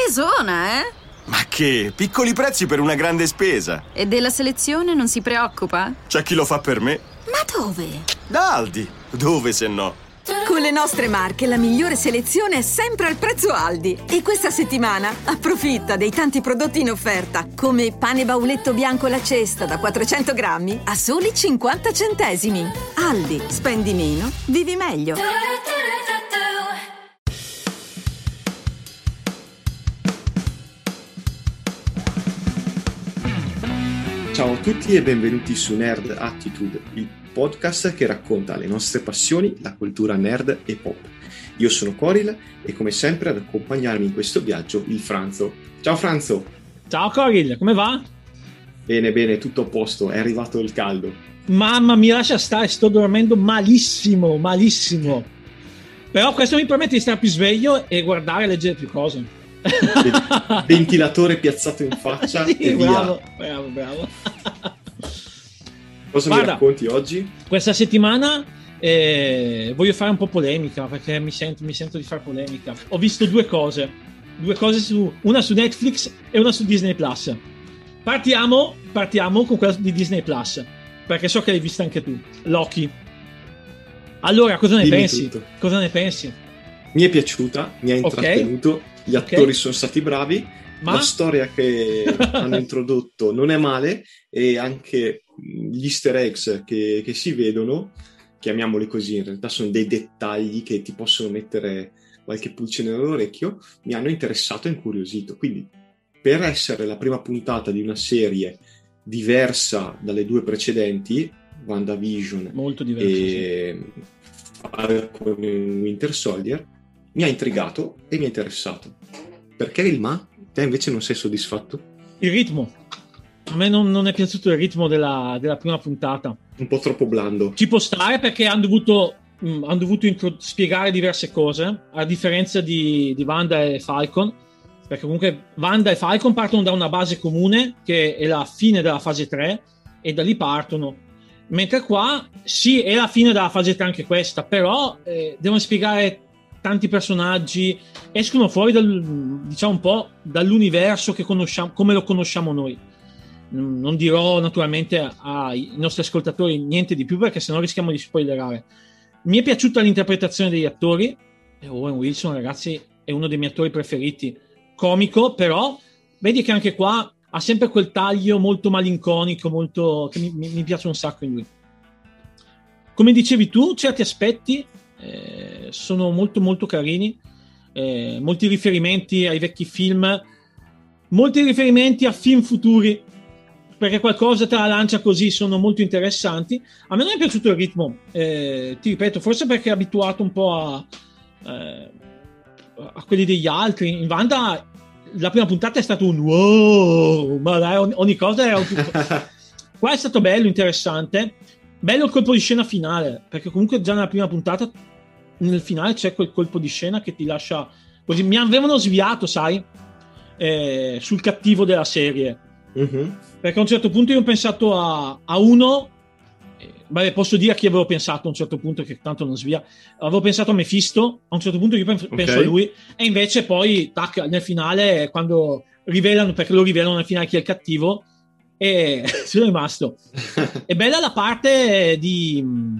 spesona, eh? Ma che? Piccoli prezzi per una grande spesa. E della selezione non si preoccupa? C'è chi lo fa per me. Ma dove? Da Aldi. Dove se no? Con le nostre marche la migliore selezione è sempre al prezzo Aldi. E questa settimana approfitta dei tanti prodotti in offerta, come pane bauletto bianco alla cesta da 400 grammi a soli 50 centesimi. Aldi, spendi meno, vivi meglio. Ciao a tutti e benvenuti su Nerd Attitude, il podcast che racconta le nostre passioni, la cultura nerd e pop. Io sono Coril e come sempre ad accompagnarmi in questo viaggio il Franzo. Ciao Franzo! Ciao Coril, come va? Bene, tutto a posto, è arrivato il caldo. Mamma mia, lascia stare, sto dormendo malissimo. Però questo mi permette di stare più sveglio e guardare e leggere più cose. Ventilatore piazzato in faccia sì, e bravo. Cosa Guarda, mi racconti oggi? Questa settimana voglio fare un po' polemica, perché mi sento di fare polemica. Ho visto due cose una su Netflix e una su Disney Plus. Partiamo con quella di Disney Plus, perché so che l'hai vista anche tu, Loki. Allora, cosa ne pensi? Tutto. Cosa ne pensi? Mi è piaciuta, mi ha intrattenuto, Gli attori sono stati bravi, la storia che hanno introdotto non è male e anche gli easter eggs che si vedono, chiamiamoli così, in realtà sono dei dettagli che ti possono mettere qualche pulce nell'orecchio, mi hanno interessato e incuriosito. Quindi per essere la prima puntata di una serie diversa dalle due precedenti, WandaVision molto diversa, e Falcon e Winter Soldier, mi ha intrigato e mi ha interessato. Perché il te invece non sei soddisfatto? Il ritmo. A me non è piaciuto il ritmo della prima puntata. Un po' troppo blando. Ci può stare perché hanno dovuto spiegare diverse cose, a differenza di Wanda e Falcon, perché comunque Wanda e Falcon partono da una base comune che è la fine della fase 3 e da lì partono. Mentre qua sì, è la fine della fase 3 anche questa, però devono spiegare tanti personaggi, escono fuori diciamo un po' dall'universo che conosciamo, come lo conosciamo noi. Non dirò naturalmente ai nostri ascoltatori niente di più perché sennò rischiamo di spoilerare. Mi è piaciuta l'interpretazione degli attori. Owen Wilson, ragazzi, è uno dei miei attori preferiti, comico, però vedi che anche qua ha sempre quel taglio molto malinconico, molto che mi piace un sacco in lui. Come dicevi tu, certi aspetti sono molto molto carini, molti riferimenti ai vecchi film, molti riferimenti a film futuri, perché qualcosa te la lancia così, sono molto interessanti. A me non è piaciuto il ritmo, ti ripeto, forse perché è abituato un po' a quelli degli altri. In Wanda la prima puntata è stato un wow, ma dai, ogni cosa era qua è stato bello, interessante, bello il colpo di scena finale, perché comunque già nella prima puntata nel finale c'è quel colpo di scena che ti lascia così. Mi avevano sviato, sai, sul cattivo della serie, perché a un certo punto io ho pensato a uno, vabbè, posso dire a chi avevo pensato a un certo punto, che tanto non svia. Avevo pensato a Mephisto, a un certo punto io penso a lui, e invece poi nel finale, quando rivelano, perché lo rivelano nel finale chi è il cattivo, e sono rimasto. È bella la parte di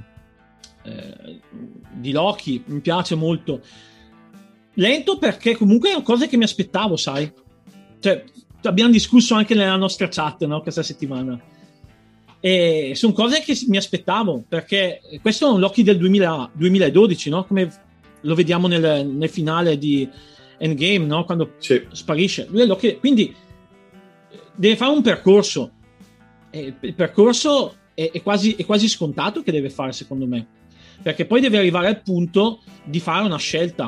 Loki, mi piace molto. Lento perché comunque è una cosa che mi aspettavo, sai, cioè abbiamo discusso anche nella nostra chat, no, questa settimana, e sono cose che mi aspettavo, perché questo è un Loki del 2012, no? Come lo vediamo nel finale di Endgame, no? Quando sparisce lui è Loki, quindi deve fare un percorso, e il percorso è quasi scontato che deve fare, secondo me, perché poi deve arrivare al punto di fare una scelta,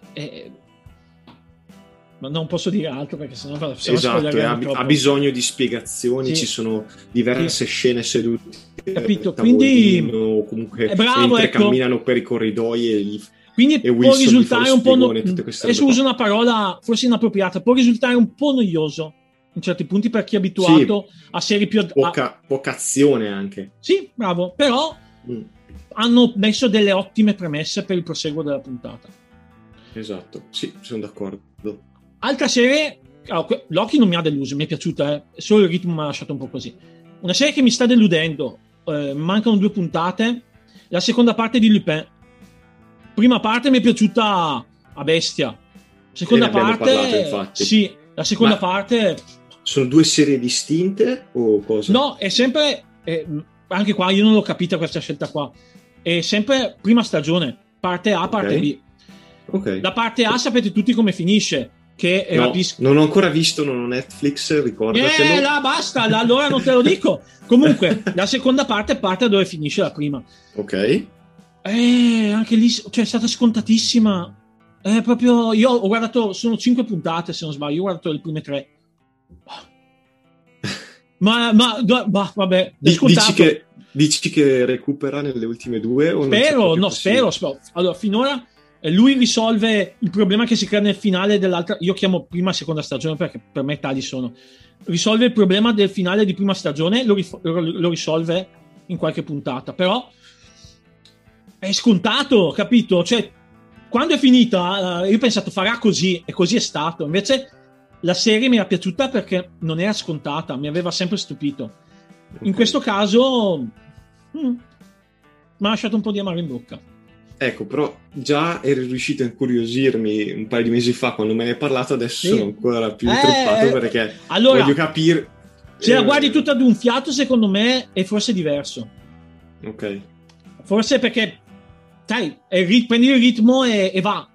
ma non posso dire altro perché sennò ha bisogno di spiegazioni, sì. Ci sono diverse scene sedute, capito? Quindi comunque è bravo, mentre ecco, camminano per i corridoi quindi può risultare un po' adesso uso una parola forse inappropriata, può risultare un po' noioso in certi punti per chi è abituato a serie più poca azione anche. Sì, bravo, però hanno messo delle ottime premesse per il proseguo della puntata. Esatto, sì, sono d'accordo. Altra serie, Loki non mi ha deluso, mi è piaciuta, solo il ritmo mi ha lasciato un po' così. Una serie che mi sta deludendo, mancano 2 puntate, la seconda parte di Lupin. Prima parte mi è piaciuta a bestia, seconda parte sì, la seconda parte sono 2 serie distinte o cosa? No, è sempre anche qua io non l'ho capita questa scelta qua, è sempre prima stagione, parte A, parte B. Okay. La parte A sapete tutti come finisce, che non ho ancora visto, non ho Netflix, ricordatelo. Là, basta, allora non te lo dico. Comunque la seconda parte parte da dove finisce la prima. Ok. Anche lì, cioè, è stata scontatissima. Proprio, io ho guardato, sono 5 puntate se non sbaglio, io ho guardato le prime 3. ma vabbè, dici che recupera nelle ultime 2? O spero. Allora, finora lui risolve il problema che si crea nel finale dell'altra, io chiamo prima e seconda stagione perché per me tali sono. Risolve il problema del finale di prima stagione, lo risolve in qualche puntata, però è scontato, capito? Cioè, quando è finita, io ho pensato farà così, e così è stato. Invece la serie mi era piaciuta perché non era scontata, mi aveva sempre stupito. Okay. In questo caso mi ha lasciato un po' di amaro in bocca. Ecco, però già eri riuscito a incuriosirmi un paio di mesi fa quando me ne hai parlato, adesso sono ancora più intreppato perché voglio capire. Se la guardi tutta ad un fiato, secondo me è forse diverso. Ok. Forse perché sai, prendi il ritmo e va.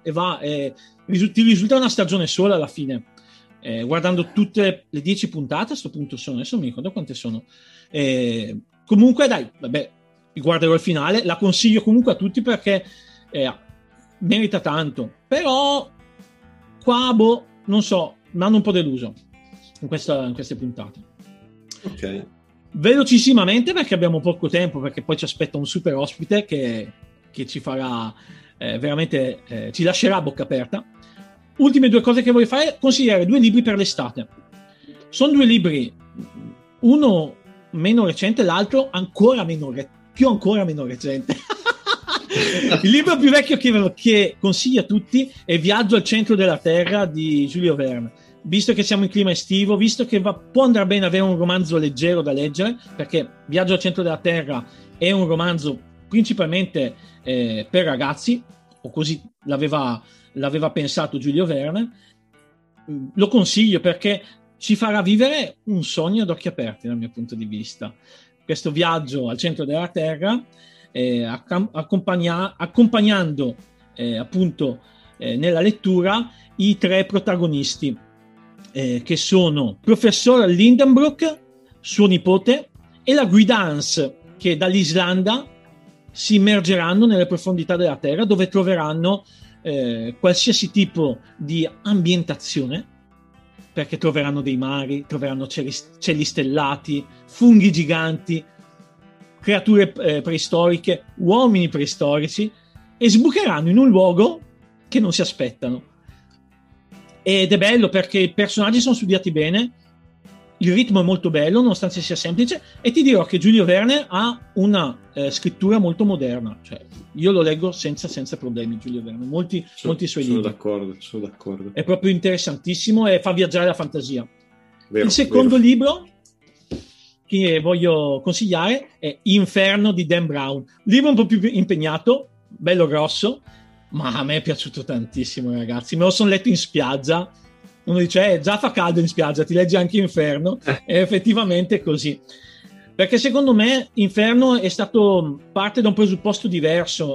Ti risulta una stagione sola alla fine. Guardando tutte le 10 puntate, a questo punto sono, adesso non mi ricordo quante sono. Comunque, dai, vabbè, guarderò il finale. La consiglio comunque a tutti perché merita tanto. Però, qua, non so, mi hanno un po' deluso in queste puntate. Ok. Velocissimamente, perché abbiamo poco tempo, perché poi ci aspetta un super ospite che ci farà veramente ci lascerà a bocca aperta. Ultime 2 cose che voglio fare: consigliare 2 libri per l'estate. Sono 2 libri, uno meno recente, l'altro ancora meno recente. Il libro più vecchio che consiglio a tutti è Viaggio al centro della Terra di Giulio Verne. Visto che siamo in clima estivo, visto che può andare bene avere un romanzo leggero da leggere, perché Viaggio al centro della Terra è un romanzo principalmente per ragazzi, o così l'aveva pensato Giulio Verne. Lo consiglio perché ci farà vivere un sogno ad occhi aperti dal mio punto di vista. Questo viaggio al centro della Terra, accompagnando appunto nella lettura i 3 protagonisti, che sono Professor Lindenbrook, suo nipote, e la Guidance, che dall'Islanda si immergeranno nelle profondità della Terra, dove troveranno qualsiasi tipo di ambientazione, perché troveranno dei mari, troveranno cieli stellati, funghi giganti, creature preistoriche, uomini preistorici, e sbucheranno in un luogo che non si aspettano. Ed è bello perché i personaggi sono studiati bene, il ritmo è molto bello nonostante sia semplice, e ti dirò che Giulio Verne ha una scrittura molto moderna, cioè io lo leggo senza problemi. Giulio Verne, molti suoi libri. Sono d'accordo. È proprio interessantissimo e fa viaggiare la fantasia. Il secondo vero. libro che voglio consigliare è Inferno di Dan Brown, libro un po' più impegnato, bello grosso, ma a me è piaciuto tantissimo, ragazzi. Me lo sono letto in spiaggia. Uno dice già fa caldo in spiaggia, ti leggi anche Inferno, e effettivamente è così, perché secondo me Inferno è stato parte da un presupposto diverso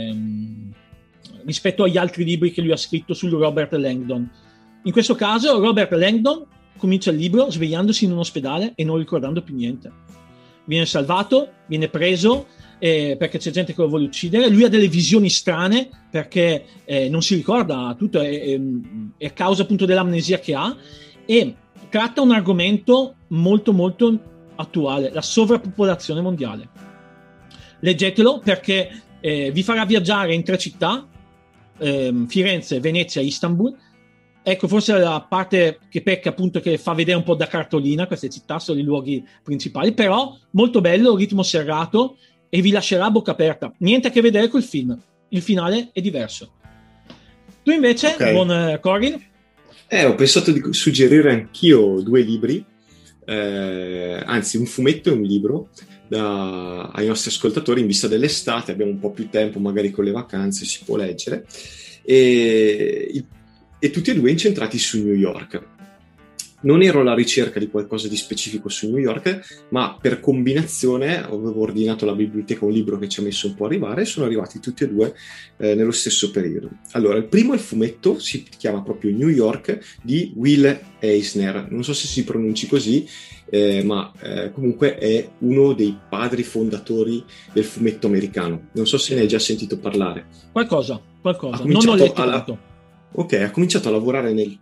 rispetto agli altri libri che lui ha scritto su Robert Langdon. In questo caso Robert Langdon comincia il libro svegliandosi in un ospedale e non ricordando più niente. Viene salvato, viene preso perché c'è gente che lo vuole uccidere. Lui ha delle visioni strane perché non si ricorda tutto, è a causa appunto dell'amnesia che ha, e tratta un argomento molto molto attuale: la sovrappopolazione mondiale. Leggetelo perché vi farà viaggiare in 3 città, Firenze, Venezia e Istanbul. Ecco, forse la parte che pecca appunto che fa vedere un po' da cartolina, queste città sono i luoghi principali, però molto bello, ritmo serrato, e vi lascerà a bocca aperta. Niente a che vedere col film, il finale è diverso. Tu invece, buon Corin? Ho pensato di suggerire anch'io 2 libri, anzi un fumetto e un libro ai nostri ascoltatori in vista dell'estate. Abbiamo un po' più tempo, magari con le vacanze si può leggere, e tutti e 2 incentrati su New York. Non ero alla ricerca di qualcosa di specifico su New York, ma per combinazione avevo ordinato alla biblioteca un libro che ci ha messo un po' a arrivare, e sono arrivati tutti e 2 nello stesso periodo. Allora, il primo, il fumetto, si chiama proprio New York, di Will Eisner. Non so se si pronunci così, ma comunque è uno dei padri fondatori del fumetto americano. Non so se ne hai già sentito parlare. Qualcosa. Non ho letto tanto. Ok, ha cominciato a lavorare nel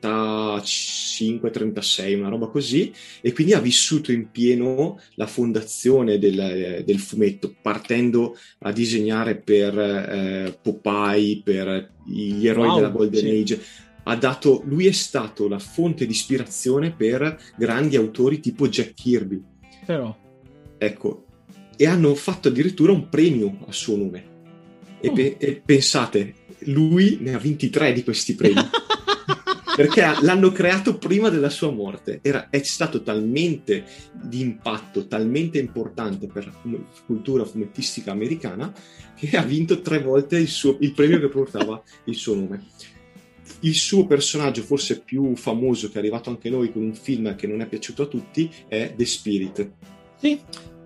35-36, una roba così, e quindi ha vissuto in pieno la fondazione del fumetto, partendo a disegnare per Popeye, per gli eroi della Golden Age. Lui è stato la fonte di ispirazione per grandi autori tipo Jack Kirby. Però. Ecco, e hanno fatto addirittura un premio a suo nome. E pensate, lui ne ha 23 di questi premi perché l'hanno creato prima della sua morte. È stato talmente di impatto, talmente importante per la cultura fumettistica americana, che ha vinto 3 volte il premio che portava il suo nome. Il suo personaggio forse più famoso, che è arrivato anche noi con un film che non è piaciuto a tutti, è The Spirit. Sì.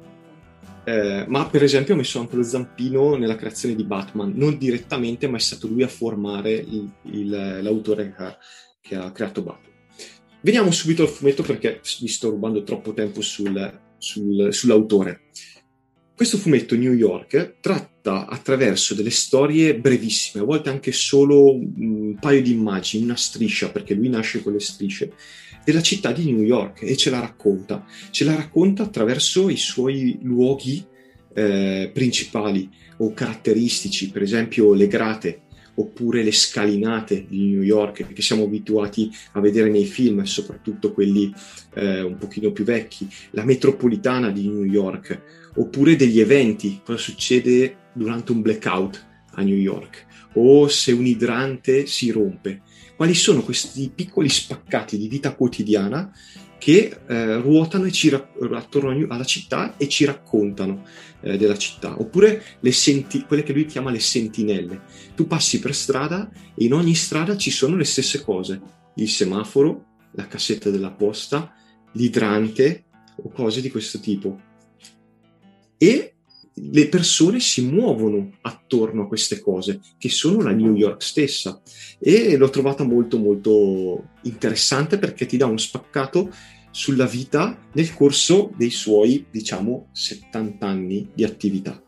Ma per esempio ha messo anche lo zampino nella creazione di Batman, non direttamente, ma è stato lui a formare l'autore che ha creato Batman. Veniamo subito al fumetto, perché vi sto rubando troppo tempo sull'autore. Questo fumetto, New York, tratta attraverso delle storie brevissime, a volte anche solo un paio di immagini, una striscia, perché lui nasce con le strisce, della città di New York, e ce la racconta attraverso i suoi luoghi principali o caratteristici, per esempio le grate oppure le scalinate di New York, che siamo abituati a vedere nei film, soprattutto quelli un pochino più vecchi, la metropolitana di New York, oppure degli eventi, cosa succede durante un blackout a New York, o se un idrante si rompe. Quali sono questi piccoli spaccati di vita quotidiana che ruotano attorno alla città e ci raccontano della città. Oppure quelle che lui chiama le sentinelle. Tu passi per strada e in ogni strada ci sono le stesse cose: il semaforo, la cassetta della posta, l'idrante o cose di questo tipo. E le persone si muovono attorno a queste cose, che sono la New York stessa, e l'ho trovata molto molto interessante, perché ti dà uno spaccato sulla vita nel corso dei suoi, 70 anni di attività.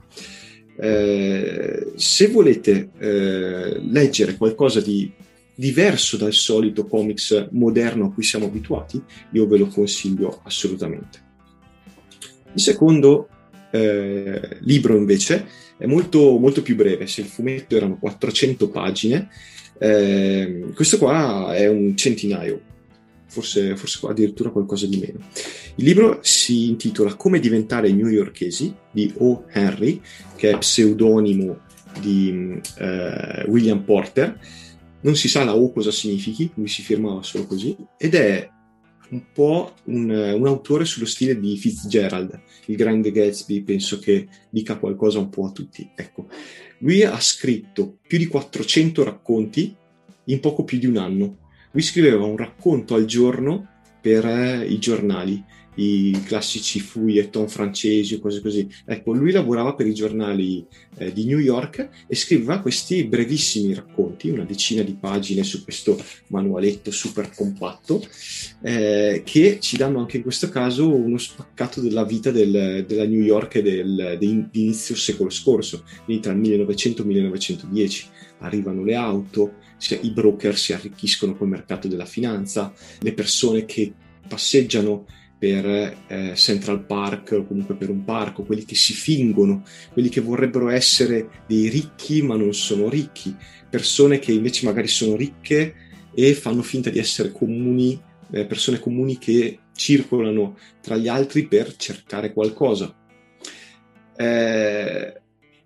Se volete leggere qualcosa di diverso dal solito comics moderno a cui siamo abituati, io ve lo consiglio assolutamente. Il secondo libro invece è molto, molto più breve. Se il fumetto erano 400 pagine, questo qua è un centinaio, forse qua addirittura qualcosa di meno. Il libro si intitola Come diventare newyorkesi, di O. Henry, che è pseudonimo di William Porter. Non si sa la O cosa significhi, lui si firmava solo così, ed è un po' un autore sullo stile di Fitzgerald, il grande Gatsby. Penso che dica qualcosa un po' a tutti. Ecco, lui ha scritto più di 400 racconti in poco più di un anno. Lui scriveva un racconto al giorno per i giornali, i classici feuilleton francesi o cose così. Ecco, lui lavorava per i giornali di New York e scriveva questi brevissimi racconti, una decina di pagine su questo manualetto super compatto, che ci danno anche in questo caso uno spaccato della vita della New York di inizio secolo scorso, quindi tra il 1900 e il 1910. Arrivano le auto, i broker si arricchiscono col mercato della finanza, le persone che passeggiano per Central Park o comunque per un parco, quelli che si fingono, quelli che vorrebbero essere dei ricchi ma non sono ricchi, persone che invece magari sono ricche e fanno finta di essere comuni, persone comuni che circolano tra gli altri per cercare qualcosa.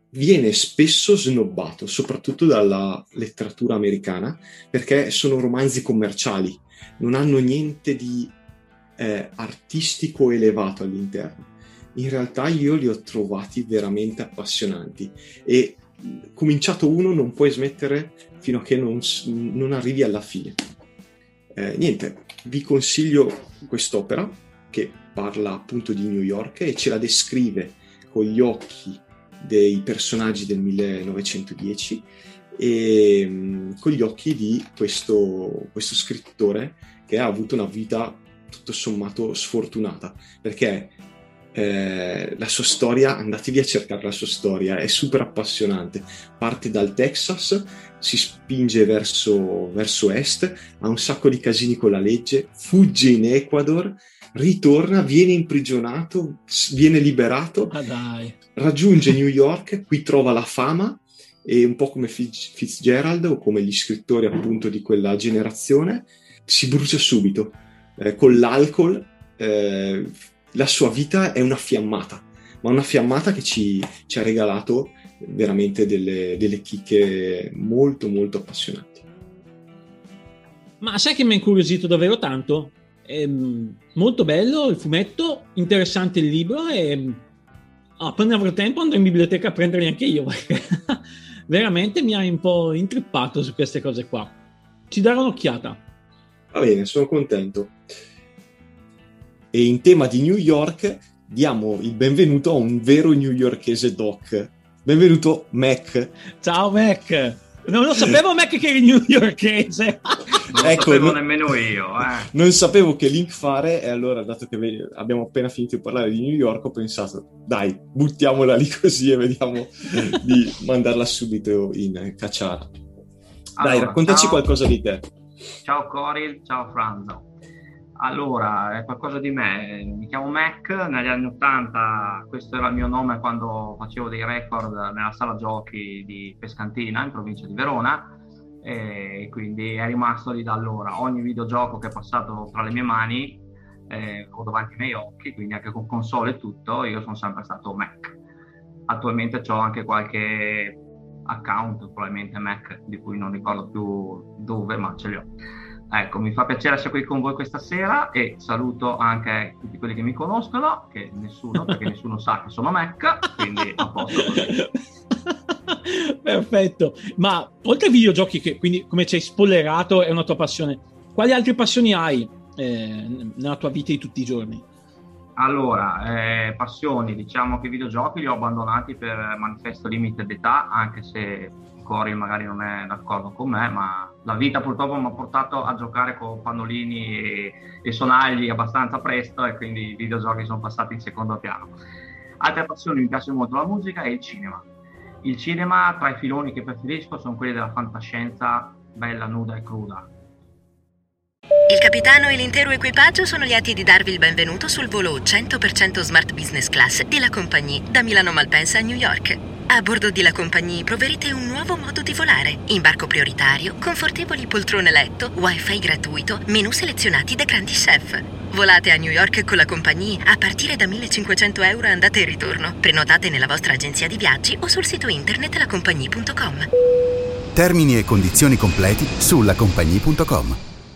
viene spesso snobbato, soprattutto dalla letteratura americana, perché sono romanzi commerciali, non hanno niente di artistico elevato all'interno. In realtà io li ho trovati veramente appassionanti e cominciato uno non puoi smettere fino a che non arrivi alla fine. Niente, vi consiglio quest'opera che parla appunto di New York e ce la descrive con gli occhi dei personaggi del 1910 e con gli occhi di questo scrittore che ha avuto una vita tutto sommato sfortunata, perché la sua storia, andatevi a cercare la sua storia, è super appassionante. Parte dal Texas, si spinge verso est, ha un sacco di casini con la legge, fugge in Ecuador, ritorna, viene imprigionato, viene liberato, raggiunge New York, qui trova la fama e un po' come Fitzgerald o come gli scrittori appunto di quella generazione si brucia subito con l'alcol. La sua vita è una fiammata, ma una fiammata che ci ha regalato veramente delle chicche molto molto appassionanti. Ma sai che mi ha incuriosito davvero tanto? È molto bello il fumetto, interessante il libro e appena avrò tempo andrò in biblioteca a prenderli anche io, perché veramente mi hai un po' intrippato su queste cose qua. Ci darò un'occhiata. Va bene, sono contento. E in tema di New York diamo il benvenuto a un vero newyorkese doc. Benvenuto Mac. Ciao Mac. Non lo sapevo Mac che eri newyorkese. Non lo sapevo nemmeno io. Non sapevo che link fare e allora, dato che abbiamo appena finito di parlare di New York, ho pensato dai, buttiamola lì così e vediamo di mandarla subito in cacciara. Dai, raccontaci qualcosa di te. Ciao Coril, ciao Franzo. Allora, qualcosa di me. Mi chiamo Mac, negli anni 80 questo era il mio nome quando facevo dei record nella sala giochi di Pescantina, in provincia di Verona, e quindi è rimasto lì da allora. Ogni videogioco che è passato tra le mie mani o davanti ai miei occhi, quindi anche con console e tutto, io sono sempre stato Mac. Attualmente ho anche qualche account, probabilmente Mac, di cui non ricordo più dove, ma ce li ho. Ecco, mi fa piacere essere qui con voi questa sera e saluto anche tutti quelli che mi conoscono, che nessuno, perché nessuno sa che sono Mac, quindi a posto così. Perfetto. Ma oltre ai videogiochi, che quindi come ci hai spoilerato è una tua passione, quali altre passioni hai nella tua vita di tutti i giorni? Allora, passioni, diciamo che i videogiochi li ho abbandonati per manifesto limite d'età, anche se Corey magari non è d'accordo con me, ma la vita purtroppo mi ha portato a giocare con pannolini e sonagli abbastanza presto e quindi i videogiochi sono passati in secondo piano. Altre passioni, mi piace molto la musica e il cinema. Il cinema, tra i filoni che preferisco, sono quelli della fantascienza bella, nuda e cruda. Il capitano e l'intero equipaggio sono lieti di darvi il benvenuto sul volo 100% Smart Business Class di La Compagnie da Milano Malpensa a New York. A bordo di La Compagnie proverete un nuovo modo di volare, imbarco prioritario, confortevoli poltrone letto, wifi gratuito, menù selezionati da grandi chef. Volate a New York con La Compagnie a partire da 1.500 euro andata e ritorno. Prenotate nella vostra agenzia di viaggi o sul sito internet lacompagnie.com. Termini e condizioni completi su lacompagnie.com.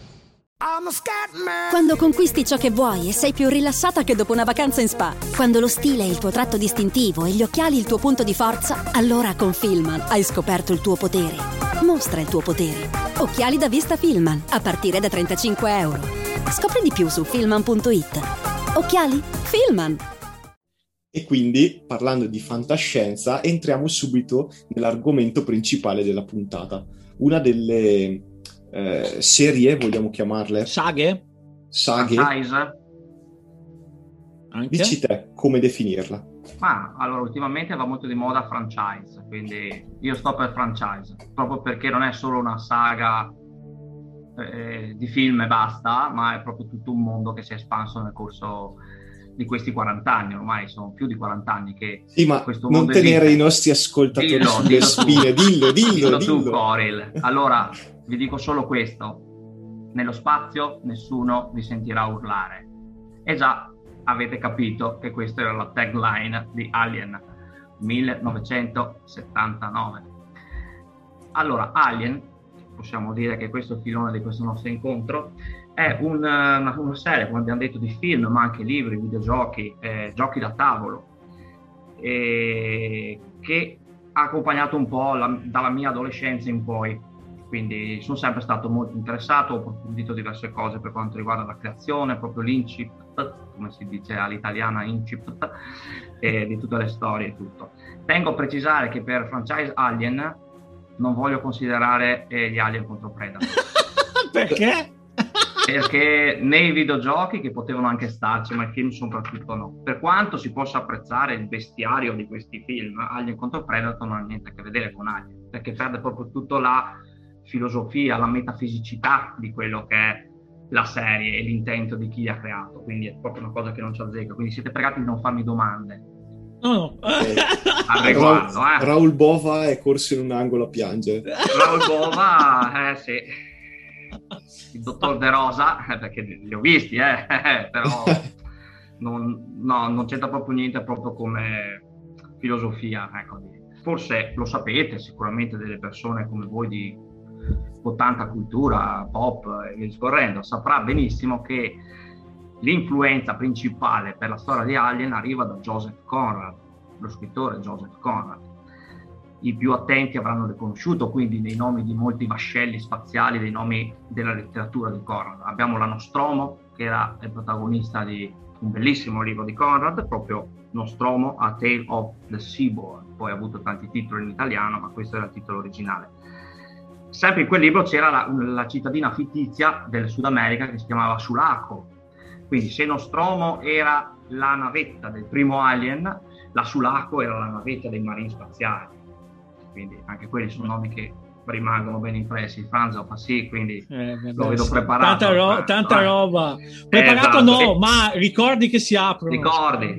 Quando conquisti ciò che vuoi e sei più rilassata che dopo una vacanza in spa. Quando lo stile è il tuo tratto distintivo e gli occhiali il tuo punto di forza, allora con Filman hai scoperto il tuo potere. Mostra il tuo potere. Occhiali da vista Filman, a partire da 35 euro. Scopri di più su filman.it. Occhiali Filman. E quindi, parlando di fantascienza, entriamo subito nell'argomento principale della puntata. Una delle serie, vogliamo chiamarle? Saghe? Anche? Dici te come definirla. Allora, ultimamente va molto di moda franchise, quindi io sto per franchise, proprio perché non è solo una saga di film e basta, ma è proprio tutto un mondo che si è espanso nel corso di questi 40 anni, ormai sono più di 40 anni che sì, ma questo non mondo tenere esiste. I nostri ascoltatori sulle spine, dillo tu, Coril. Allora, vi dico solo questo: nello spazio nessuno vi sentirà urlare. E già avete capito che questa era la tagline di Alien. 1979. Allora, Alien, possiamo dire che questo filone di questo nostro incontro è una serie, come abbiamo detto, di film, ma anche libri, videogiochi, giochi da tavolo, che ha accompagnato un po' dalla mia adolescenza in poi. Quindi sono sempre stato molto interessato, ho approfondito diverse cose per quanto riguarda la creazione, proprio l'incipit, come si dice all'italiana, incipit, di tutte le storie e tutto. Tengo a precisare che per franchise Alien non voglio considerare gli Alien contro Predator. Perché? Perché nei videogiochi, che potevano anche starci, ma i film soprattutto no. Per quanto si possa apprezzare il bestiario di questi film, Alien contro Predator non ha niente a che vedere con Alien, perché perde proprio tutta la filosofia, la metafisicità di quello che è la serie e l'intento di chi li ha creato, quindi è proprio una cosa che non ci azzecca. Quindi siete pregati di non farmi domande. No. Al riguardo, Raul Bova è corso in un angolo a piangere. Raul Bova, sì. Il dottor De Rosa, perché li ho visti, però non c'entra proprio niente, proprio come filosofia, ecco. Forse lo sapete, sicuramente delle persone come voi con tanta cultura pop e via discorrendo, saprà benissimo che l'influenza principale per la storia di Alien arriva da Joseph Conrad, lo scrittore Joseph Conrad. I più attenti avranno riconosciuto quindi nei nomi di molti vascelli spaziali, dei nomi della letteratura di Conrad. Abbiamo la Nostromo, che era il protagonista di un bellissimo libro di Conrad, proprio Nostromo, A Tale of the Seaboard. Poi ha avuto tanti titoli in italiano, ma questo era il titolo originale. Sempre in quel libro c'era la cittadina fittizia del Sud America che si chiamava Sulaco. Quindi se Nostromo era la navetta del primo Alien, la Sulaco era la navetta dei marini spaziali. Quindi anche quelli sono nomi che rimangono ben impressi. Franzo fa sì, quindi lo vedo preparato. Tanta roba. Preparato esatto. No, ma ricordi che si aprono. Ricordi.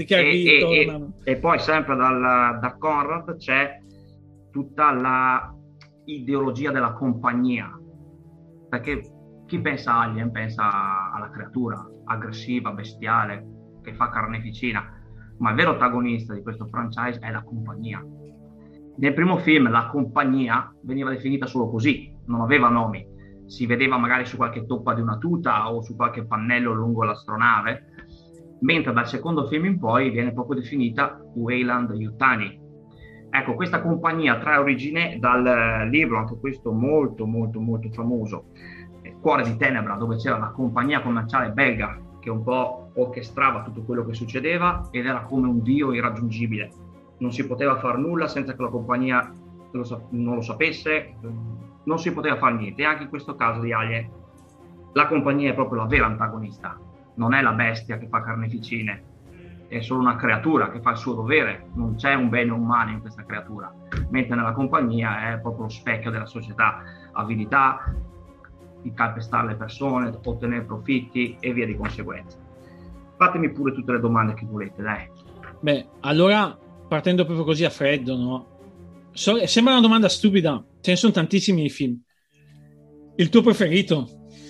E poi sempre da Conrad c'è tutta la ideologia della compagnia, perché chi pensa a Alien pensa alla creatura aggressiva, bestiale, che fa carneficina, ma il vero antagonista di questo franchise è la compagnia. Nel primo film la compagnia veniva definita solo così, non aveva nomi, si vedeva magari su qualche toppa di una tuta o su qualche pannello lungo l'astronave, mentre dal secondo film in poi viene proprio definita Weyland-Yutani. Ecco, questa compagnia trae origine dal libro, anche questo molto molto molto famoso, Cuore di Tenebra, dove c'era la compagnia commerciale belga che un po' orchestrava tutto quello che succedeva ed era come un dio irraggiungibile. Non si poteva fare nulla senza che la compagnia non lo sapesse, non si poteva fare niente. E anche in questo caso di Alien, la compagnia è proprio la vera antagonista, non è la bestia che fa carneficine, è solo una creatura che fa il suo dovere, non c'è un bene o un male in questa creatura, mentre nella compagnia è proprio lo specchio della società, avidità, di calpestare le persone, ottenere profitti e via di conseguenza. Fatemi pure tutte le domande che volete, dai. Beh, allora, partendo proprio così a freddo, no? Sembra una domanda stupida, ce ne sono tantissimi film. Il tuo preferito?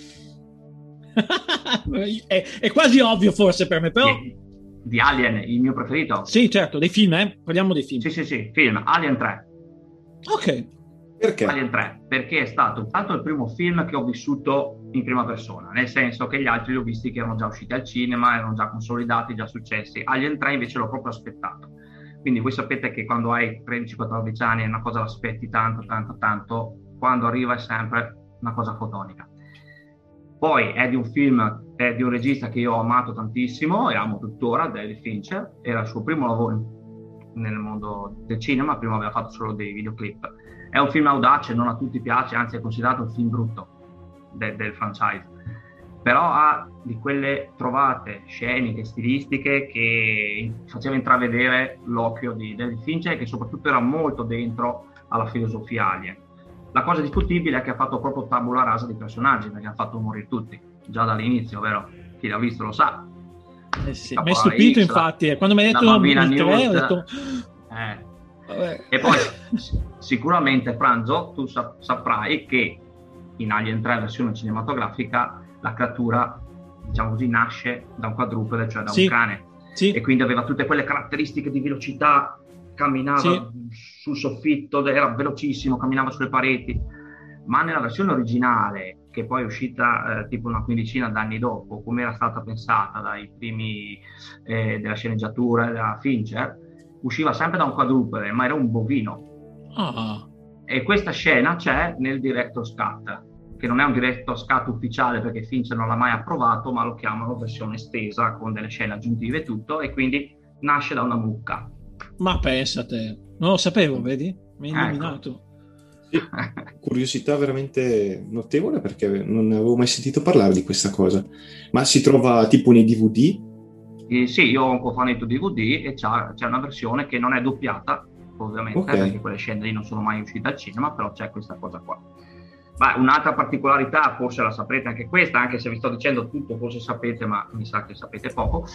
è quasi ovvio forse per me, però... Di Alien, il mio preferito? Sì, certo, dei film, parliamo dei film. Sì, film, Alien 3. Ok. Perché? Alien 3, perché è stato tanto il primo film che ho vissuto in prima persona, nel senso che gli altri li ho visti che erano già usciti al cinema, erano già consolidati, già successi. Alien 3 invece l'ho proprio aspettato. Quindi voi sapete che quando hai 13-14 anni è una cosa l'aspetti tanto, quando arriva è sempre una cosa fotonica. Poi è di un film, è di un regista che io ho amato tantissimo e amo tuttora, David Fincher. Era il suo primo lavoro nel mondo del cinema, prima aveva fatto solo dei videoclip. È un film audace, non a tutti piace, anzi è considerato un film brutto del franchise. Però ha di quelle trovate sceniche, stilistiche che faceva intravedere l'occhio di David Fincher e che soprattutto era molto dentro alla filosofia Alien. La cosa discutibile è che ha fatto proprio tabula rasa di personaggi, perché ha fatto morire tutti, già dall'inizio, vero? Chi l'ha visto lo sa. Sì. Mi hai stupito, infatti, quando mi hai detto il 3 ho detto... E poi sicuramente, Franzo, tu saprai che in Alien 3 versione cinematografica la creatura, diciamo così, nasce da un quadrupede, cioè da un cane, e quindi aveva tutte quelle caratteristiche di velocità camminava sul soffitto, era velocissimo, camminava sulle pareti, ma nella versione originale, che poi è uscita tipo una quindicina d'anni dopo, come era stata pensata dai primi della sceneggiatura della Fincher, usciva sempre da un quadrupede, ma era un bovino. E questa scena c'è nel director's cut, che non è un director's cut ufficiale perché Fincher non l'ha mai approvato, ma lo chiamano versione estesa con delle scene aggiuntive e tutto, e quindi nasce da una mucca. Ma pensate, non lo sapevo, vedi? Mi hai illuminato. Sì, curiosità veramente notevole, perché non ne avevo mai sentito parlare di questa cosa. Ma si trova tipo nei DVD? Sì, io ho un cofanetto DVD e c'è una versione che non è doppiata, ovviamente, perché quelle scene lì non sono mai uscite al cinema, però c'è questa cosa qua. Ma un'altra particolarità, forse la saprete anche questa, anche se vi sto dicendo tutto, forse sapete, ma mi sa che sapete poco.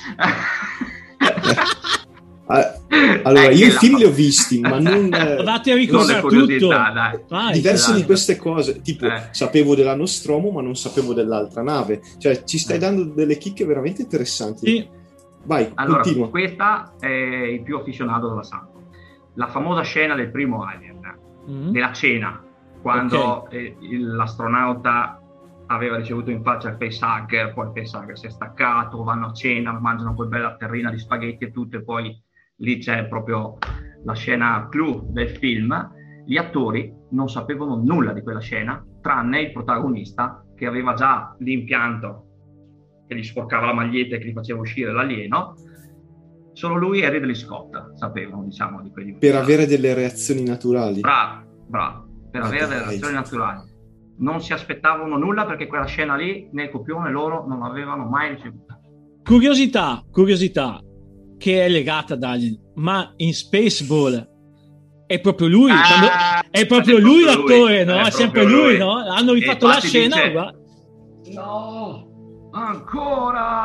Allora, io i film li ho visti, ma non vatti a ricordare tutto. Diverse di queste cose, tipo sapevo della Nostromo, ma non sapevo dell'altra nave. Cioè, ci stai dando delle chicche veramente interessanti. Sì. Vai, allora, continua. Questa è il più aficionato della santo. La famosa scena del primo Alien, della cena, quando l'astronauta aveva ricevuto in faccia il facehugger, poi il facehugger si è staccato, vanno a cena, mangiano quel bella terrina di spaghetti e tutto, e poi lì c'è proprio la scena clou del film. Gli attori non sapevano nulla di quella scena, tranne il protagonista, che aveva già l'impianto che gli sporcava la maglietta e che gli faceva uscire l'alieno. Solo lui e Ridley Scott sapevano, diciamo, di quelli. Per avere delle reazioni naturali. Bravo, per avere delle reazioni naturali. Non si aspettavano nulla, perché quella scena lì nel copione loro non l'avevano mai ricevuta. Curiosità che è legata ad Alien, ma in Spaceball è proprio lui, è proprio lui l'attore, no? È sempre lui, no? Hanno rifatto la scena. No, ancora.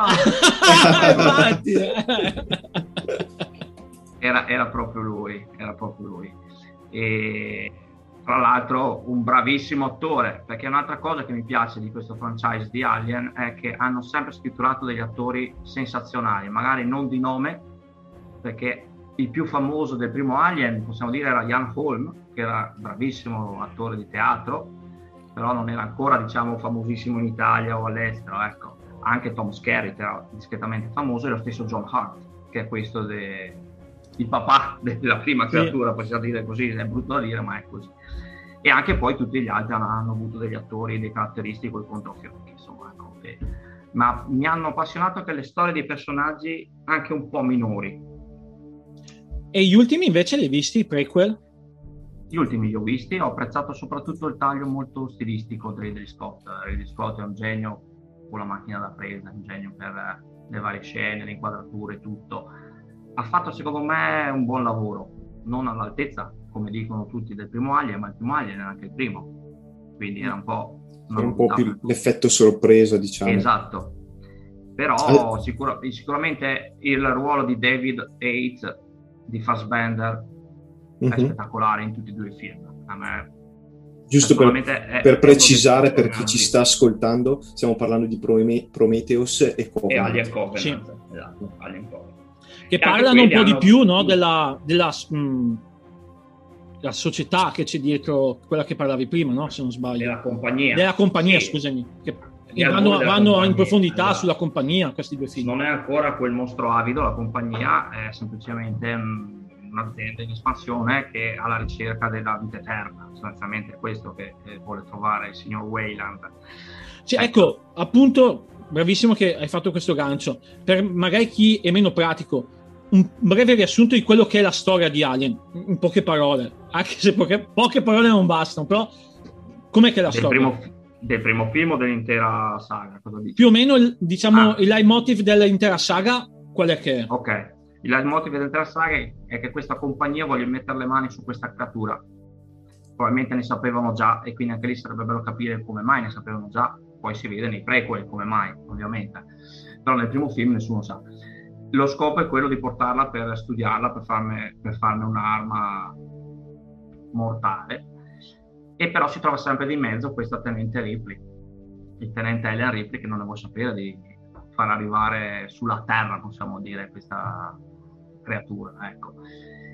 Era proprio lui. E tra l'altro un bravissimo attore, perché un'altra cosa che mi piace di questo franchise di Alien è che hanno sempre scritturato degli attori sensazionali, magari non di nome, perché il più famoso del primo Alien, possiamo dire, era Ian Holm, che era bravissimo attore di teatro, però non era ancora, diciamo, famosissimo in Italia o all'estero, ecco. Anche Tom Skerritt era discretamente famoso, e lo stesso John Hurt, che è questo il papà della prima creatura, possiamo dire così, è brutto da dire, ma è così. E anche poi tutti gli altri hanno avuto degli attori, dei caratteristici con i controfiocchi, insomma, ecco. Ma mi hanno appassionato anche le storie dei personaggi anche un po' minori. E gli ultimi invece li hai visti, i prequel? Gli ultimi li ho visti, ho apprezzato soprattutto il taglio molto stilistico di Ridley Scott. Ridley Scott è un genio con la macchina da presa, un genio per le varie scene, le inquadrature, tutto. Ha fatto secondo me un buon lavoro, non all'altezza, come dicono tutti, del primo Alien, ma il primo Alien era anche il primo, quindi era un po' più l'effetto sorpresa, diciamo. Esatto, però sicuramente il ruolo di David Yates, di Fassbender, è spettacolare in tutti e due i film. A me, giusto per precisare, per chi ci sta ascoltando, stiamo parlando di Prometheus e Covenant. E Alien Covenant, sì. Esatto, Alien Covenant. Che parlano un po' di più, no, della la società che c'è dietro, quella che parlavi prima, no, se non sbaglio. Della compagnia, sì. Scusami. Che vanno in profondità, esatto, sulla compagnia, questi due film. Non è ancora quel mostro avido, la compagnia è semplicemente un'azienda in espansione che ha la ricerca della vita eterna. Sostanzialmente è questo che vuole trovare il signor Weyland. Cioè, ecco, appunto, bravissimo che hai fatto questo gancio. Per magari chi è meno pratico, un breve riassunto di quello che è la storia di Alien, in poche parole, anche se poche parole non bastano, però com'è che è la storia? Del primo film o dell'intera saga? Cosa dici? Più o meno il leitmotiv dell'intera saga, qual è che è? Ok, il leitmotiv dell'intera saga è che questa compagnia voglia mettere le mani su questa creatura. Probabilmente ne sapevano già, e quindi anche lì sarebbe bello capire come mai ne sapevano già. Poi si vede nei prequel come mai, ovviamente, però nel primo film nessuno sa. Lo scopo è quello di portarla per studiarla, per farne un'arma mortale. E però si trova sempre di mezzo questa tenente Ripley, il tenente Ellen Ripley, che non ne vuole sapere di far arrivare sulla Terra, possiamo dire, questa creatura, ecco.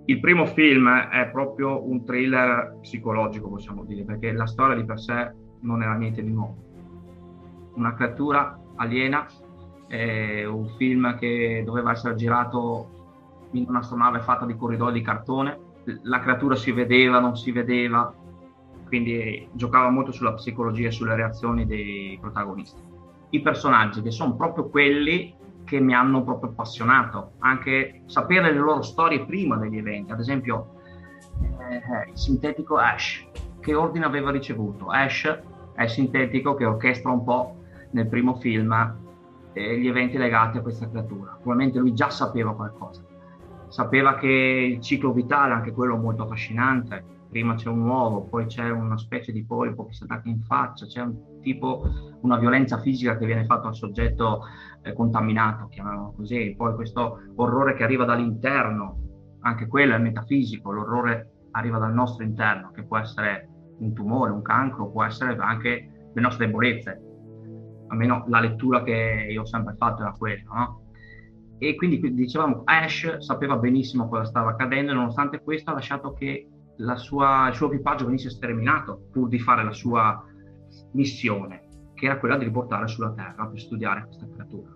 Il primo film è proprio un thriller psicologico, possiamo dire, perché la storia di per sé non era niente di nuovo. Una creatura aliena, un film che doveva essere girato in un'astronave fatta di corridoi di cartone. La creatura si vedeva, non si vedeva, quindi giocava molto sulla psicologia e sulle reazioni dei protagonisti. I personaggi, che sono proprio quelli che mi hanno proprio appassionato, anche sapere le loro storie prima degli eventi. Ad esempio il sintetico Ash, che ordine aveva ricevuto. Ash è il sintetico che orchestra un po' nel primo film gli eventi legati a questa creatura. Probabilmente lui già sapeva qualcosa, sapeva che il ciclo vitale, anche quello molto affascinante, prima c'è un uovo, poi c'è una specie di polipo che si attacca in faccia, c'è una violenza fisica che viene fatta al soggetto contaminato, chiamiamolo così, poi questo orrore che arriva dall'interno, anche quello è metafisico, l'orrore arriva dal nostro interno, che può essere un tumore, un cancro, può essere anche le nostre debolezze, almeno la lettura che io ho sempre fatto era quella, no? E quindi dicevamo, Ash sapeva benissimo cosa stava accadendo e nonostante questo ha lasciato che il suo equipaggio venisse sterminato pur di fare la sua missione, che era quella di riportare sulla Terra per studiare questa creatura.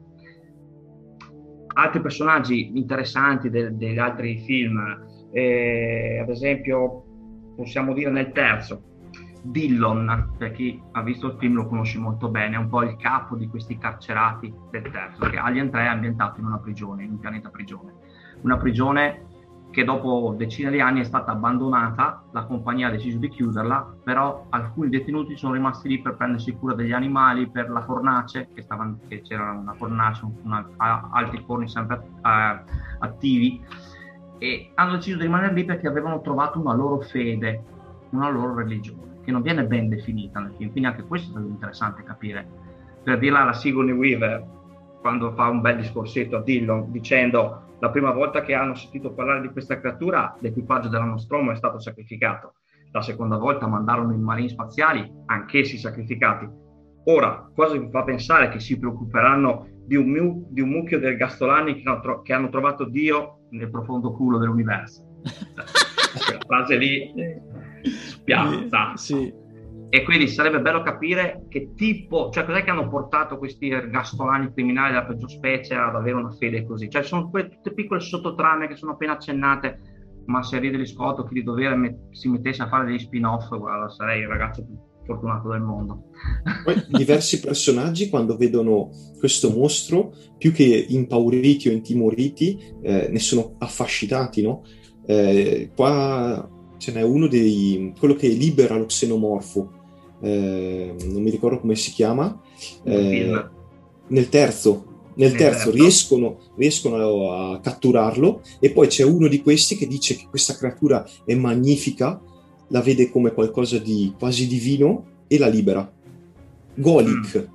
Altri personaggi interessanti degli altri film, ad esempio possiamo dire nel terzo, Dillon, per chi ha visto il film lo conosce molto bene, è un po' il capo di questi carcerati del terzo, perché Alien 3 è ambientato in una prigione, in un pianeta prigione, una prigione che dopo decine di anni è stata abbandonata, la compagnia ha deciso di chiuderla, però alcuni detenuti sono rimasti lì per prendersi cura degli animali, per la fornace, che c'era una fornace, altri forni sempre attivi, e hanno deciso di rimanere lì perché avevano trovato una loro fede, una loro religione, che non viene ben definita nel film, quindi anche questo è stato interessante capire. Per dirla alla Sigourney Weaver, quando fa un bel discorsetto a Dillon, dicendo: la prima volta che hanno sentito parlare di questa creatura, l'equipaggio della Nostromo è stato sacrificato. La seconda volta mandarono i marini spaziali, anch'essi sacrificati. Ora, cosa vi fa pensare che si preoccuperanno di un mucchio di ergastolani che hanno trovato Dio nel profondo culo dell'universo? Quella frase lì spiazza. Sì. E quindi sarebbe bello capire che tipo, cioè cos'è che hanno portato questi ergastolani criminali della peggior specie ad avere una fede così. Cioè sono quelle tutte piccole sottotrame che sono appena accennate, ma se a Ridley Scott o chi di dovere si mettesse a fare degli spin-off, guarda, sarei il ragazzo più fortunato del mondo. Poi diversi personaggi, quando vedono questo mostro, più che impauriti o intimoriti, ne sono affascinati, no? Qua ce n'è uno quello che libera lo xenomorfo, non mi ricordo come si chiama, nel terzo riescono a catturarlo, e poi c'è uno di questi che dice che questa creatura è magnifica, la vede come qualcosa di quasi divino e la libera. Golik.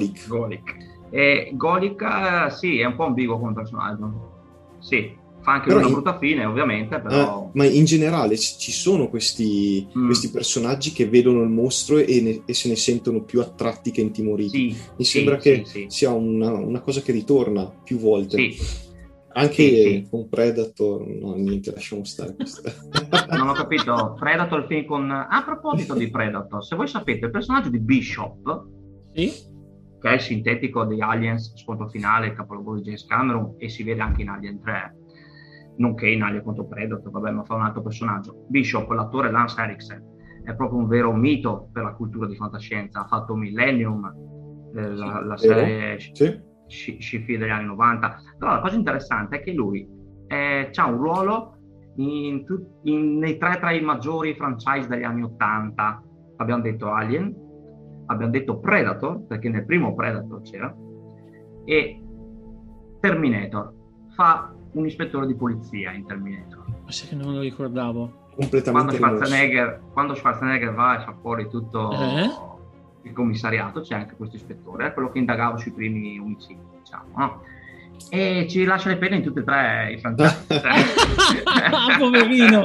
E Golik sì, è un po' ambiguo come personaggio, sì, fa anche una brutta fine ovviamente, però ma in generale ci sono questi personaggi che vedono il mostro e se ne sentono più attratti che intimoriti. Mi sembra che sia una cosa che ritorna più volte, anche con Predator. No, niente, lasciamo stare questo. Non ho capito. Predator, il film con... A proposito di Predator, se voi sapete, il personaggio di Bishop, che è il sintetico di Aliens, scontro finale, il capolavoro di James Cameron, e si vede anche in Alien 3, nonché in Alien contro Predator, vabbè, ma fa un altro personaggio. Bishop, l'attore Lance Henriksen, è proprio un vero mito per la cultura di fantascienza. Ha fatto Millennium, la serie sci-fi degli anni 90. Però la cosa interessante è che lui ha un ruolo nei tre tra i maggiori franchise degli anni 80. Abbiamo detto Alien, abbiamo detto Predator, perché nel primo Predator c'era, e Terminator. Fa un ispettore di polizia in Terminator. Ma sai che non lo ricordavo. Completamente quando Schwarzenegger va e fa fuori tutto il commissariato, c'è anche questo ispettore, è quello che indagava sui primi omicidi, diciamo, no? E ci lascia le penne in tutte e tre i franchise. Poverino.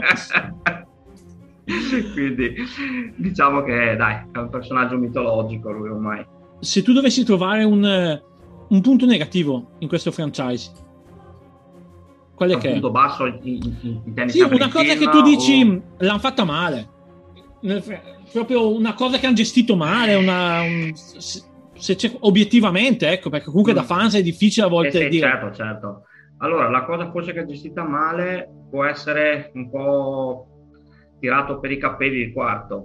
Quindi diciamo che dai, è un personaggio mitologico lui ormai. Se tu dovessi trovare un punto negativo in questo franchise, Qual è che punto basso intendi sì, una cosa che tu dici l'hanno fatta male, proprio una cosa che hanno gestito male, se c'è, obiettivamente, ecco, perché comunque da fans è difficile a volte dire. Certo. Allora, la cosa forse che è gestita male può essere un po' tirato per i capelli il quarto,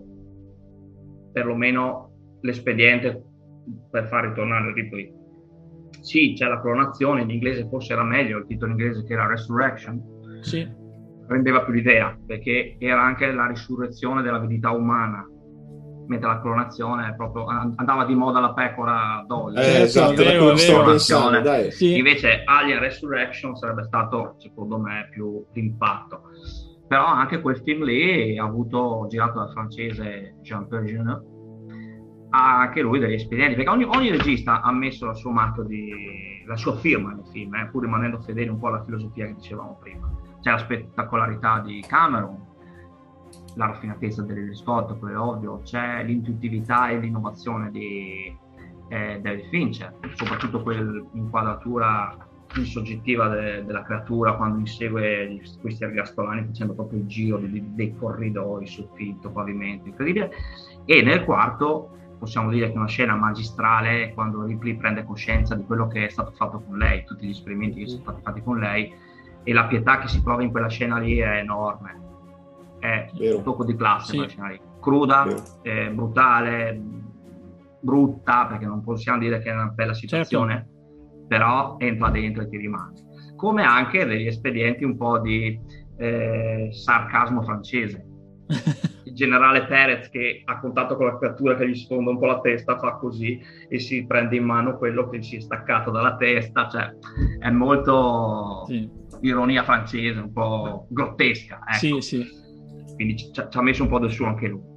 perlomeno l'espediente per far ritornare Ripley. Sì, c'è la clonazione, in inglese forse era meglio, il titolo inglese che era Resurrection, sì, rendeva più l'idea, perché era anche la risurrezione dell'avidità umana, mentre la clonazione proprio andava di moda la pecora Dolly. Esatto, vero. Pensando, dai. Sì. Invece Alien Resurrection sarebbe stato, secondo me, più d'impatto. Però anche quel film lì ha avuto, girato dal francese Jean-Pierre Jeunet, ha anche lui degli espedienti, perché ogni regista ha messo il suo marchio, la sua firma nel film, pur rimanendo fedeli un po' alla filosofia che dicevamo prima. C'è la spettacolarità di Cameron, la raffinatezza del Ridley Scott, quello è ovvio, c'è l'intuitività e l'innovazione di David Fincher, soprattutto quell'inquadratura insoggettiva della creatura quando insegue questi ergastolani facendo proprio il giro dei corridoi, soffitto, pavimento, incredibile. E nel quarto possiamo dire che è una scena magistrale quando Ripley prende coscienza di quello che è stato fatto con lei, tutti gli esperimenti che sono stati fatti con lei, e la pietà che si prova in quella scena lì è enorme. È un tocco di classe, quella scena lì. Cruda, brutale, brutta, perché non possiamo dire che è una bella situazione, però entra dentro e ti rimane. Come anche degli espedienti un po' di sarcasmo francese. Il generale Perez che a contatto con la creatura che gli sfonda un po' la testa fa così e si prende in mano quello che si è staccato dalla testa, cioè è molto ironia francese, un po' grottesca, ecco. Sì. Quindi ci ha messo un po' del suo anche lui.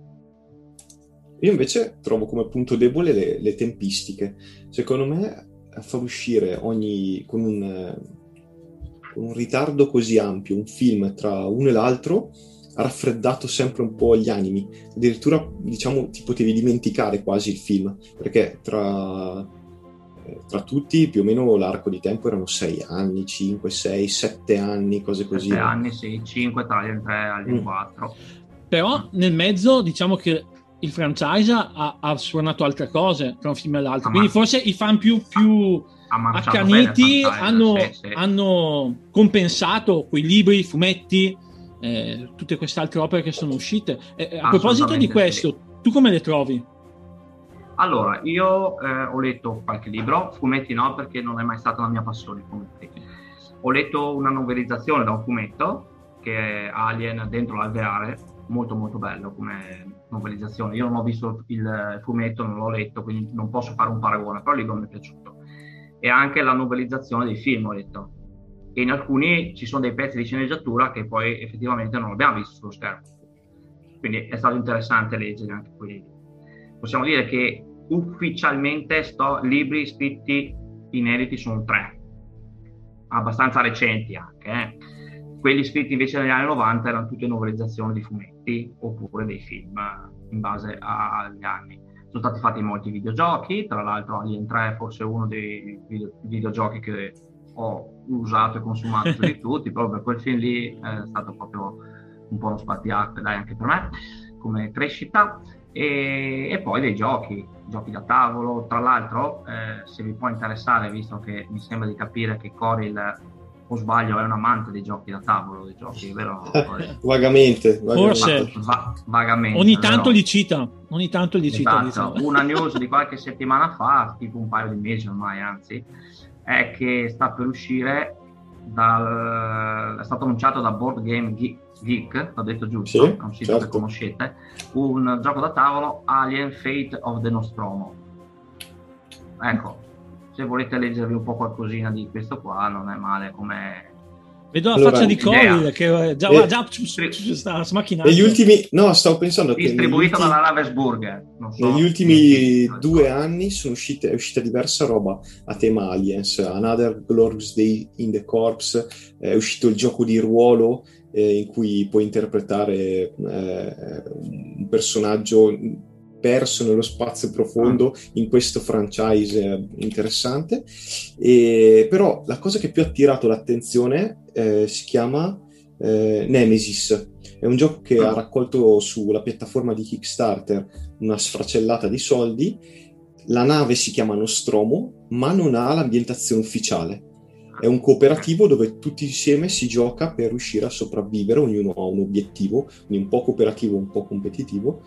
Io invece trovo come punto debole le tempistiche. Secondo me a far uscire con un ritardo così ampio un film tra uno e l'altro ha raffreddato sempre un po' gli animi. Addirittura, diciamo, ti potevi dimenticare quasi il film, perché tra tutti più o meno l'arco di tempo erano 6 anni, 5, 6, 7 anni, cose così. 7 anni, sì, 5 tra gli 3 agli 4. Però nel mezzo diciamo che il franchise ha suonato altre cose tra un film e l'altro, quindi forse i fan più accaniti hanno compensato quei libri, fumetti, tutte queste altre opere che sono uscite. A proposito di questo, tu come le trovi? Allora, io ho letto qualche libro, fumetti no, perché non è mai stata la mia passione, fumetti. Ho letto una novellizzazione da un fumetto che è Alien dentro l'alveare, molto molto bello come novellizzazione. Io non ho visto il fumetto, non l'ho letto, quindi non posso fare un paragone, però il libro mi è piaciuto. E anche la novellizzazione dei film ho letto. E in alcuni ci sono dei pezzi di sceneggiatura che poi effettivamente non abbiamo visto sullo schermo. Quindi è stato interessante leggere anche quelli. Possiamo dire che ufficialmente libri scritti inediti sono 3, abbastanza recenti anche. Quelli scritti invece negli anni 90 erano tutte novellizzazioni di fumetti oppure dei film in base agli anni. Sono stati fatti molti videogiochi, tra l'altro Alien 3 è forse uno dei videogiochi che ho usato e consumato più di tutti, proprio per quel film lì è stato proprio un po' uno spartiacque, dai, anche per me come crescita. E poi dei giochi da tavolo, tra l'altro se vi può interessare, visto che mi sembra di capire che Coril, o sbaglio, è un amante dei giochi da tavolo, dei giochi, vero? Vagamente. Forse vagamente ogni tanto li cita, esatto. Diciamo. Una news di qualche settimana fa, tipo un paio di mesi ormai, anzi, è che sta per uscire è stato annunciato da Board Game Geek, l'ho detto giusto? Sì, è un sito che conoscete, un gioco da tavolo, Alien Fate of the Nostromo. Ecco, se volete leggervi un po' qualcosina di questo qua, non è male come... Vedo la faccia di Coril che già sta smacchinando. Negli ultimi, stavo pensando che distribuito dalla Ravensburger. Negli ultimi 2 anni è uscita diversa roba a tema Aliens. Another Glorious Day in the Corps, è uscito il gioco di ruolo in cui puoi interpretare un personaggio perso nello spazio profondo in questo franchise interessante. Però la cosa che più ha attirato l'attenzione si chiama Nemesis. È un gioco che ha raccolto sulla piattaforma di Kickstarter una sfracellata di soldi. La nave si chiama Nostromo, ma non ha l'ambientazione ufficiale. È un cooperativo dove tutti insieme si gioca per riuscire a sopravvivere, ognuno ha un obiettivo, quindi un po' cooperativo, un po' competitivo.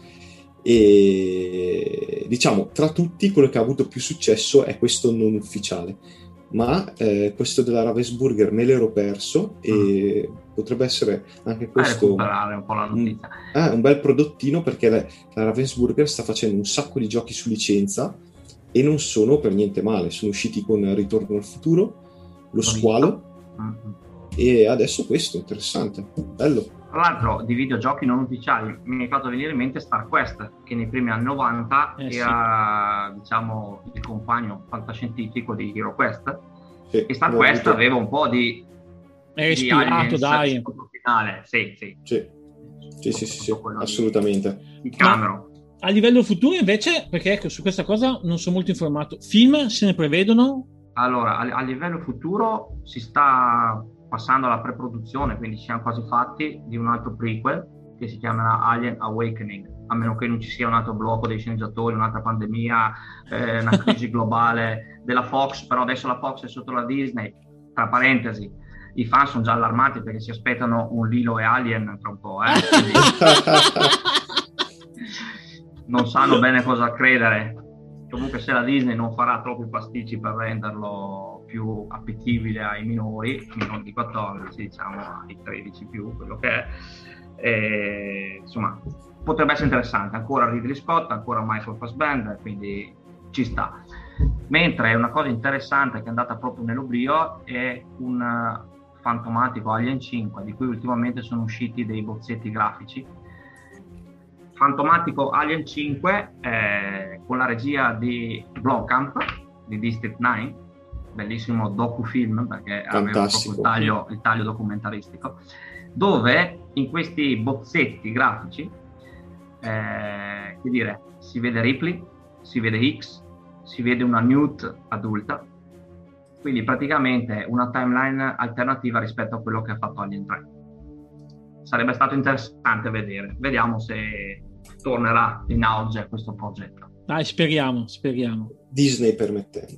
E diciamo, tra tutti, quello che ha avuto più successo è questo non ufficiale. Ma questo della Ravensburger me l'ero perso e potrebbe essere anche questo recuperare un po' la notizia. Un bel prodottino, perché la Ravensburger sta facendo un sacco di giochi su licenza e non sono per niente male. Sono usciti con Ritorno al futuro, Lo Squalo, e adesso questo, interessante, bello. Tra l'altro di videogiochi non ufficiali mi è fatto venire in mente Star Quest, che nei primi anni 90 era diciamo il compagno fantascientifico di Hero Quest, e Star Quest aveva un po' di ispirato, dai. Finale. Sì, assolutamente. Il Cameron. A livello futuro invece, perché ecco, su questa cosa non sono molto informato, film se ne prevedono? Allora, a livello futuro si sta passando alla pre-produzione, quindi ci siamo quasi fatti, di un altro prequel che si chiamerà Alien Awakening, a meno che non ci sia un altro blocco dei sceneggiatori, un'altra pandemia, una crisi globale della Fox. Però adesso la Fox è sotto la Disney, tra parentesi, i fan sono già allarmati perché si aspettano un Lilo e Alien tra un po', quindi non sanno bene cosa credere. Comunque, se la Disney non farà troppi pasticci per renderlo più appetibile ai minori, non di 14, diciamo ai 13 più, quello che è, insomma, potrebbe essere interessante. Ancora Ridley Scott, ancora Michael Fassbender, quindi ci sta. Mentre una cosa interessante che è andata proprio nell'oblio è un fantomatico Alien 5, di cui ultimamente sono usciti dei bozzetti grafici. Fantomatico Alien 5 con la regia di Blomkamp di District 9, bellissimo docufilm, perché aveva proprio il taglio documentaristico, dove in questi bozzetti grafici che dire, si vede Ripley, si vede X, si vede una Newt adulta, quindi praticamente una timeline alternativa rispetto a quello che ha fatto Alien 3. Sarebbe stato interessante vedere, vediamo se tornerà in auge questo progetto. Dai, speriamo. Disney permettendo.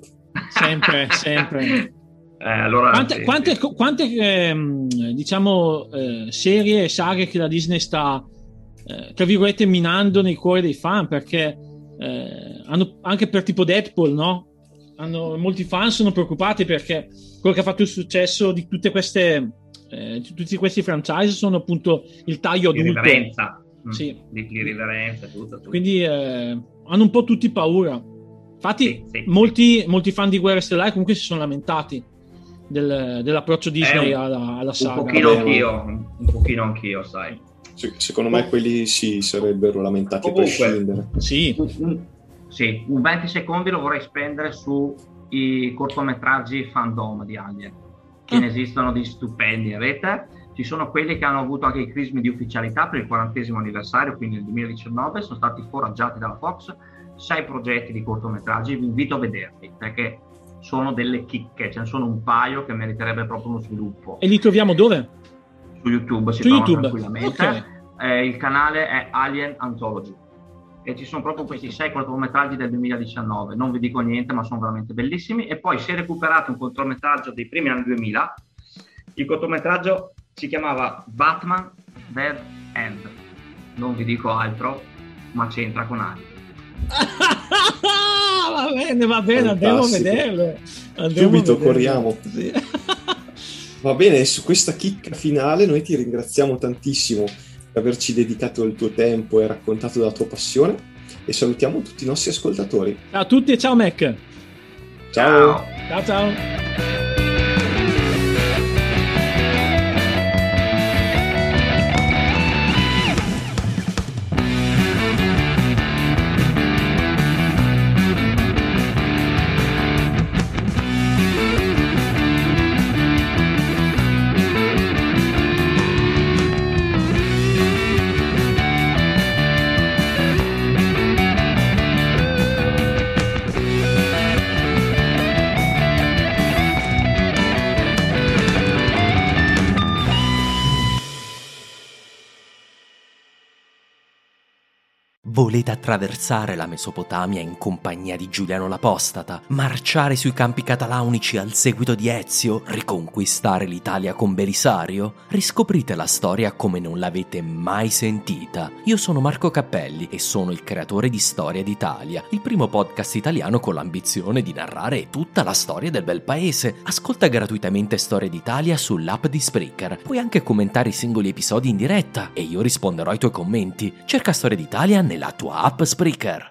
Sempre. Allora, quante diciamo serie e saghe che la Disney sta tra virgolette minando nei cuori dei fan, perché hanno anche per tipo Deadpool, no? Molti fan sono preoccupati perché quello che ha fatto il successo di tutte queste tutti questi franchise sono appunto il taglio adulto, l'irriverenza, sì, l'irriverenza, tutto. Quindi hanno un po' tutti paura. Infatti sì. Molti fan di Guerre Stellari comunque si sono lamentati dell'approccio Disney alla saga. Un pochino anch'io, sai. Secondo me quelli si sarebbero lamentati a prescindere. Sì. Un 20 secondi lo vorrei spendere sui cortometraggi fandom di Alien, che ne esistono di stupendi in rete. Ci sono quelli che hanno avuto anche i crismi di ufficialità per il 40° anniversario, quindi nel 2019 sono stati foraggiati dalla Fox 6 progetti di cortometraggi. Vi invito a vederli perché sono delle chicche, ce ne sono un paio che meriterebbe proprio uno sviluppo. E li troviamo dove? Su YouTube si trovano tranquillamente. Okay. Il canale è Alien Anthology e ci sono proprio questi 6 cortometraggi del 2019. Non vi dico niente, ma sono veramente bellissimi. E poi si è recuperato un cortometraggio dei primi anni 2000. Il cortometraggio si chiamava Batman Dead End. Non vi dico altro, ma c'entra con Alien. Va bene, andiamo a vederlo. Subito corriamo. Sì. Va bene, su questa chicca finale noi ti ringraziamo tantissimo per averci dedicato il tuo tempo e raccontato la tua passione, e salutiamo tutti i nostri ascoltatori. Ciao a tutti e ciao Mac. Ciao. Volete attraversare la Mesopotamia in compagnia di Giuliano l'Apostata? Marciare sui campi catalaunici al seguito di Ezio? Riconquistare l'Italia con Belisario? Riscoprite la storia come non l'avete mai sentita. Io sono Marco Cappelli e sono il creatore di Storia d'Italia, il primo podcast italiano con l'ambizione di narrare tutta la storia del bel paese. Ascolta gratuitamente Storia d'Italia sull'app di Spreaker. Puoi anche commentare i singoli episodi in diretta e io risponderò ai tuoi commenti. Cerca Storia d'Italia nella tua app Spreaker.